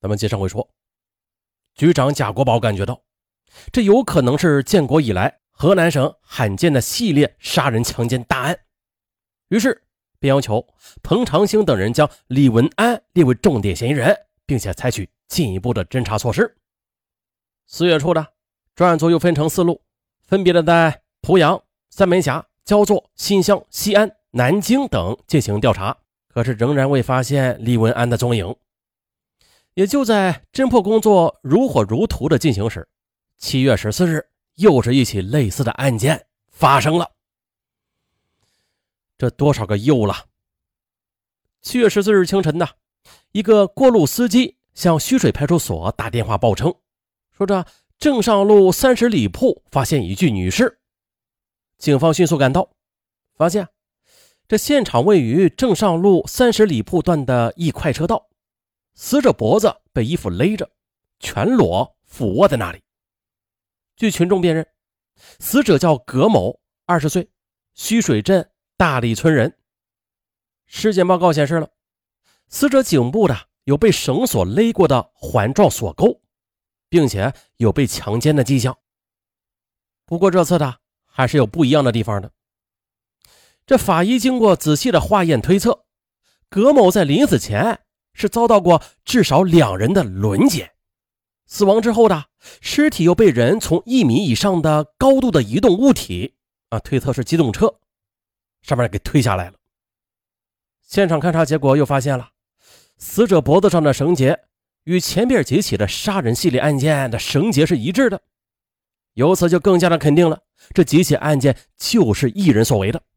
咱们接上回说，局长贾国宝感觉到这有可能是建国以来河南省罕见的系列杀人强奸大案，于是便要求彭长兴等人将李文安列为重点嫌疑人，并且采取进一步的侦查措施。4月初的专案组又分成4路，分别的在濮阳、三门峡、焦作、新乡、西安、南京等进行调查，可是仍然未发现李文安的踪影。也就在侦破工作如火如荼的进行时，7月14日又是一起类似的案件发生了。这多少个又了。7月14日清晨的一个过路司机向徐水派出所打电话报称，说这正上路30里铺发现一具女尸。警方迅速赶到，发现这现场位于正上路30里铺段的一快车道，死者脖子被衣服勒着，全裸俯卧在那里。据群众辨认，死者叫葛某，20岁，虚水镇大里村人。尸检报告显示了，死者颈部的有被绳索勒过的环状锁沟，并且有被强奸的迹象。不过这次的还是有不一样的地方的。这法医经过仔细的化验推测，葛某在临死前是遭到过至少2人的轮奸，死亡之后的尸体又被人从1米以上的高度的移动物体推测是机动车上面给推下来了。现场勘查结果又发现了，死者脖子上的绳结与前边几起的杀人系列案件的绳结是一致的，由此就更加的肯定了这几起案件就是一人所为的。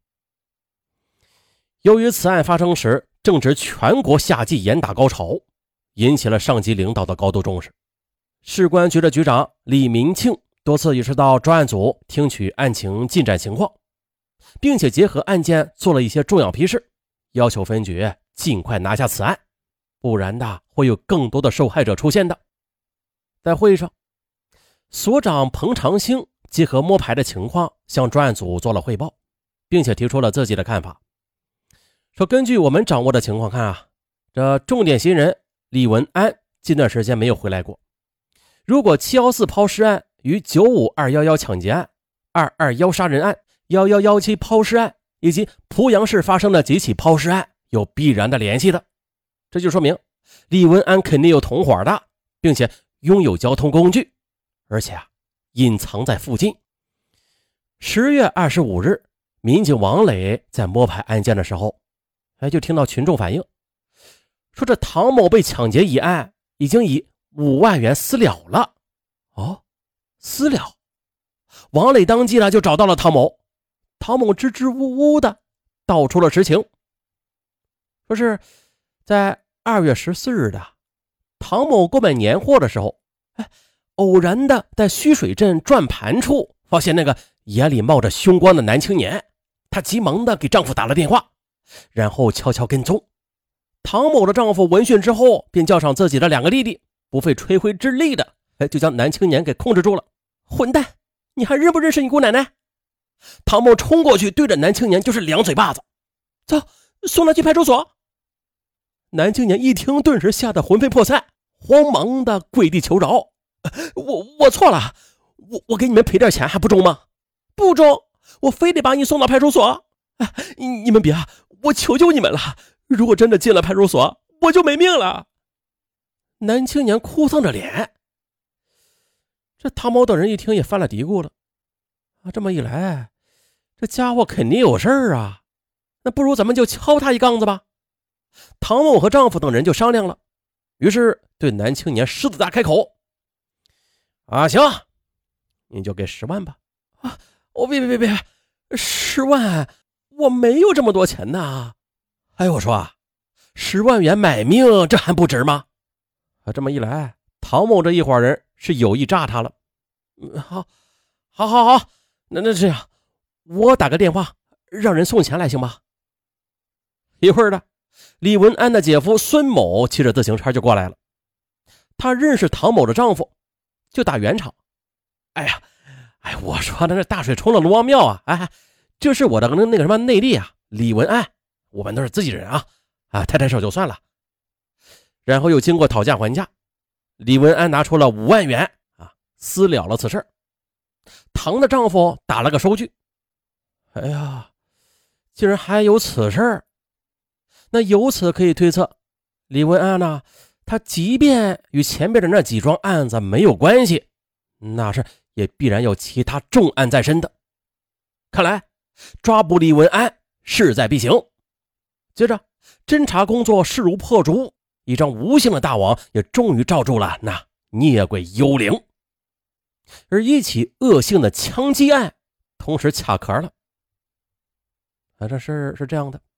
由于此案发生时正值全国夏季严打高潮，引起了上级领导的高度重视。市公安局的局长李民庆多次也是到专案组听取案情进展情况，并且结合案件做了一些重要批示，要求分局尽快拿下此案，不然的会有更多的受害者出现的。在会议上，所长彭长兴结合摸排的情况向专案组做了汇报，并且提出了自己的看法，说根据我们掌握的情况看这重点嫌疑人李文安近段时间没有回来过，如果714抛尸案与95211抢劫案、221杀人案、1117抛尸案以及濮阳市发生的几起抛尸案有必然的联系的，这就说明李文安肯定有同伙的，并且拥有交通工具，而且隐藏在附近。10月25日，民警王磊在摸排案件的时候，就听到群众反映，说这唐某被抢劫一案已经以5万元私了了。私了。王磊当即就找到了唐某，唐某支支吾吾的道出了实情，说是在2月14日的唐某购买年货的时候，偶然的在虚水镇转盘处发现那个眼里冒着凶光的男青年，她急忙的给丈夫打了电话，然后悄悄跟踪。唐某的丈夫闻讯之后，便叫上自己的2个弟弟，不费吹灰之力的就将男青年给控制住了。混蛋，你还认不认识你姑奶奶？唐某冲过去对着男青年就是2嘴巴子，走，送他去派出所。男青年一听顿时吓得魂飞魄散，慌忙的跪地求饶，我错了，我给你们赔点钱还不中吗？不中，我非得把你送到派出所。你们别，我求求你们了，如果真的进了派出所，我就没命了。男青年哭丧着脸。这唐某等人一听也犯了嘀咕了，这么一来，这家伙肯定有事儿啊，那不如咱们就敲他一杠子吧。唐某和丈夫等人就商量了，于是对男青年狮子大开口，行，你就给10万吧。我别，10万，我没有这么多钱呐。我说10万元买命，这还不值吗？这么一来，唐某这一伙人是有意诈他了。好，那这样，我打个电话让人送钱来行吗？一会儿的，李文安的姐夫孙某骑着自行车就过来了。他认识唐某的丈夫，就打圆场。我说的那大水冲了龙王庙啊！这是我的那个什么内力李文安，我们都是自己人抬手就算了。然后又经过讨价还价， 李文安拿出了5万元私了了此事。唐的丈夫打了个收据，哎呀，竟然还有此事。那由此可以推测，李文安呢，他即便与前面的那几桩案子没有关系，那是也必然有其他重案在身的。看来抓捕李文安势在必行。接着侦查工作势如破竹，一张无形的大网也终于罩住了那孽鬼幽灵。而一起恶性的枪击案同时卡壳了。这事是这样的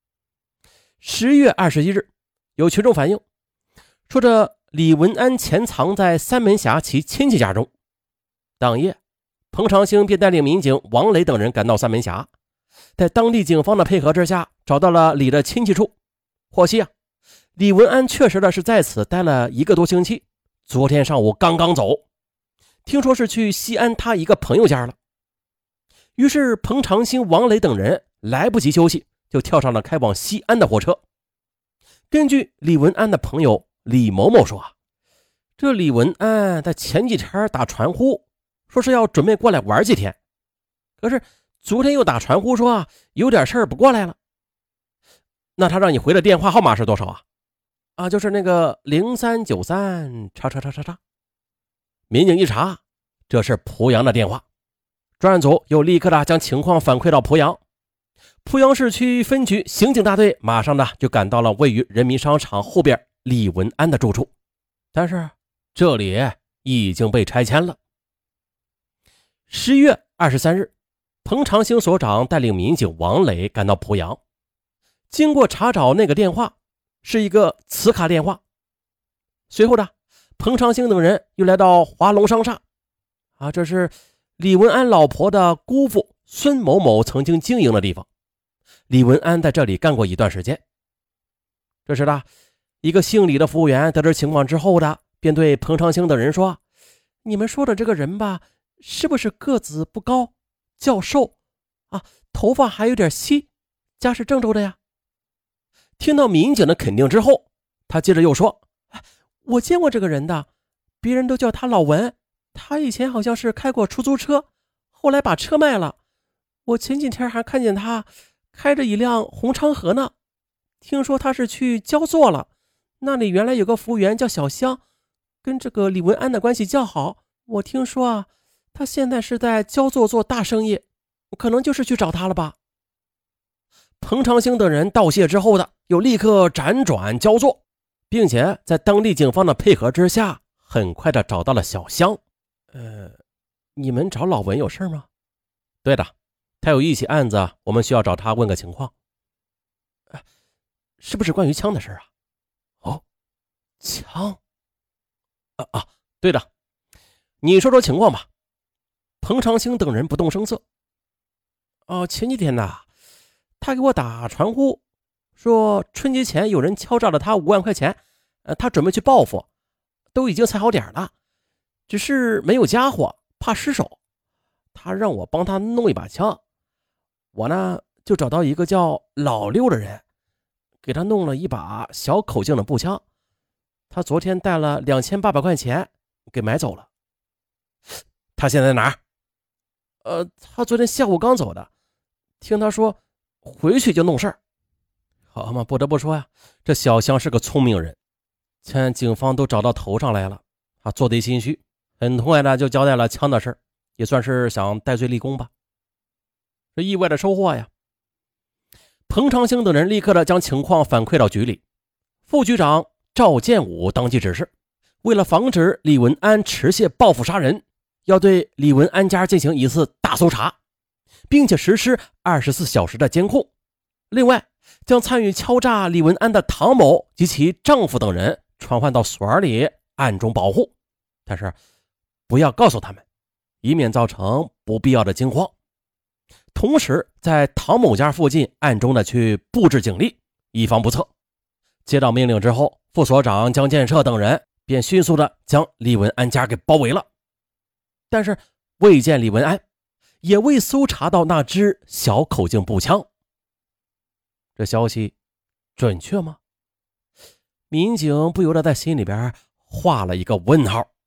，11月21日，有群众反映说这李文安潜藏在三门峡其亲戚家中。当夜，彭长兴便带领民警王磊等人赶到三门峡，在当地警方的配合之下，找到了李的亲戚处。获悉李文安确实的是在此待了1个多星期，昨天上午刚刚走，听说是去西安他一个朋友家了。于是彭长兴、王磊等人来不及休息，就跳上了开往西安的火车。根据李文安的朋友李某某说这李文安在前几天打传呼，说是要准备过来玩几天，可是昨天又打传呼说有点事儿不过来了。那他让你回的电话号码是多少就是那个0393叉叉叉叉叉。民警一查，这是濮阳的电话。专案组又立刻的将情况反馈到濮阳。濮阳市区分局刑警大队马上的就赶到了位于人民商场后边李文安的住处，但是这里已经被拆迁了。11月23日，彭长兴所长带领民警王磊赶到濮阳，经过查找，那个电话是一个磁卡电话。随后彭长兴等人又来到华龙商厦这是李文安老婆的姑父孙某某曾经经营的地方。李文安在这里干过一段时间。这时一个姓李的服务员得知情况之后便对彭长兴等人说，你们说的这个人吧，是不是个子不高，较瘦头发还有点稀，家是郑州的呀？听到民警的肯定之后，他接着又说，我见过这个人的，别人都叫他老文，他以前好像是开过出租车，后来把车卖了，我前几天还看见他开着一辆红昌河呢。听说他是去焦作了，那里原来有个服务员叫小香，跟这个李文安的关系较好。我听说他现在是在焦作做大生意，可能就是去找他了吧。彭长兴等人道谢之后又立刻辗转焦作，并且在当地警方的配合之下，很快的找到了小香。你们找老文有事吗？对的，他有一起案子，我们需要找他问个情况。是不是关于枪的事枪对的，你说说情况吧。彭长兴等人不动声色。前几天他给我打传呼，说春节前有人敲诈了他5万块钱，他准备去报复，都已经踩好点了，只是没有家伙，怕失手。他让我帮他弄一把枪，我就找到一个叫老六的人，给他弄了一把小口径的步枪，他昨天带了2800块钱给买走了。他现在哪儿？他昨天下午刚走的，听他说回去就弄事儿。好嘛，不得不说这小香是个聪明人，既然警方都找到头上来了，做贼心虚，很快的就交代了枪的事，也算是想戴罪立功吧。这意外的收获呀。彭长兴等人立刻的将情况反馈到局里，副局长赵建武当即指示，为了防止李文安持械报复杀人，要对李文安家进行一次大搜查，并且实施24小时的监控。另外，将参与敲诈李文安的唐某及其丈夫等人传唤到所里暗中保护，但是不要告诉他们，以免造成不必要的惊慌。同时在唐某家附近暗中的去布置警力，以防不测。接到命令之后，副所长江建设等人便迅速的将李文安家给包围了，但是未见李文安，也未搜查到那支小口径步枪。这消息准确吗？民警不由得在心里边画了一个问号。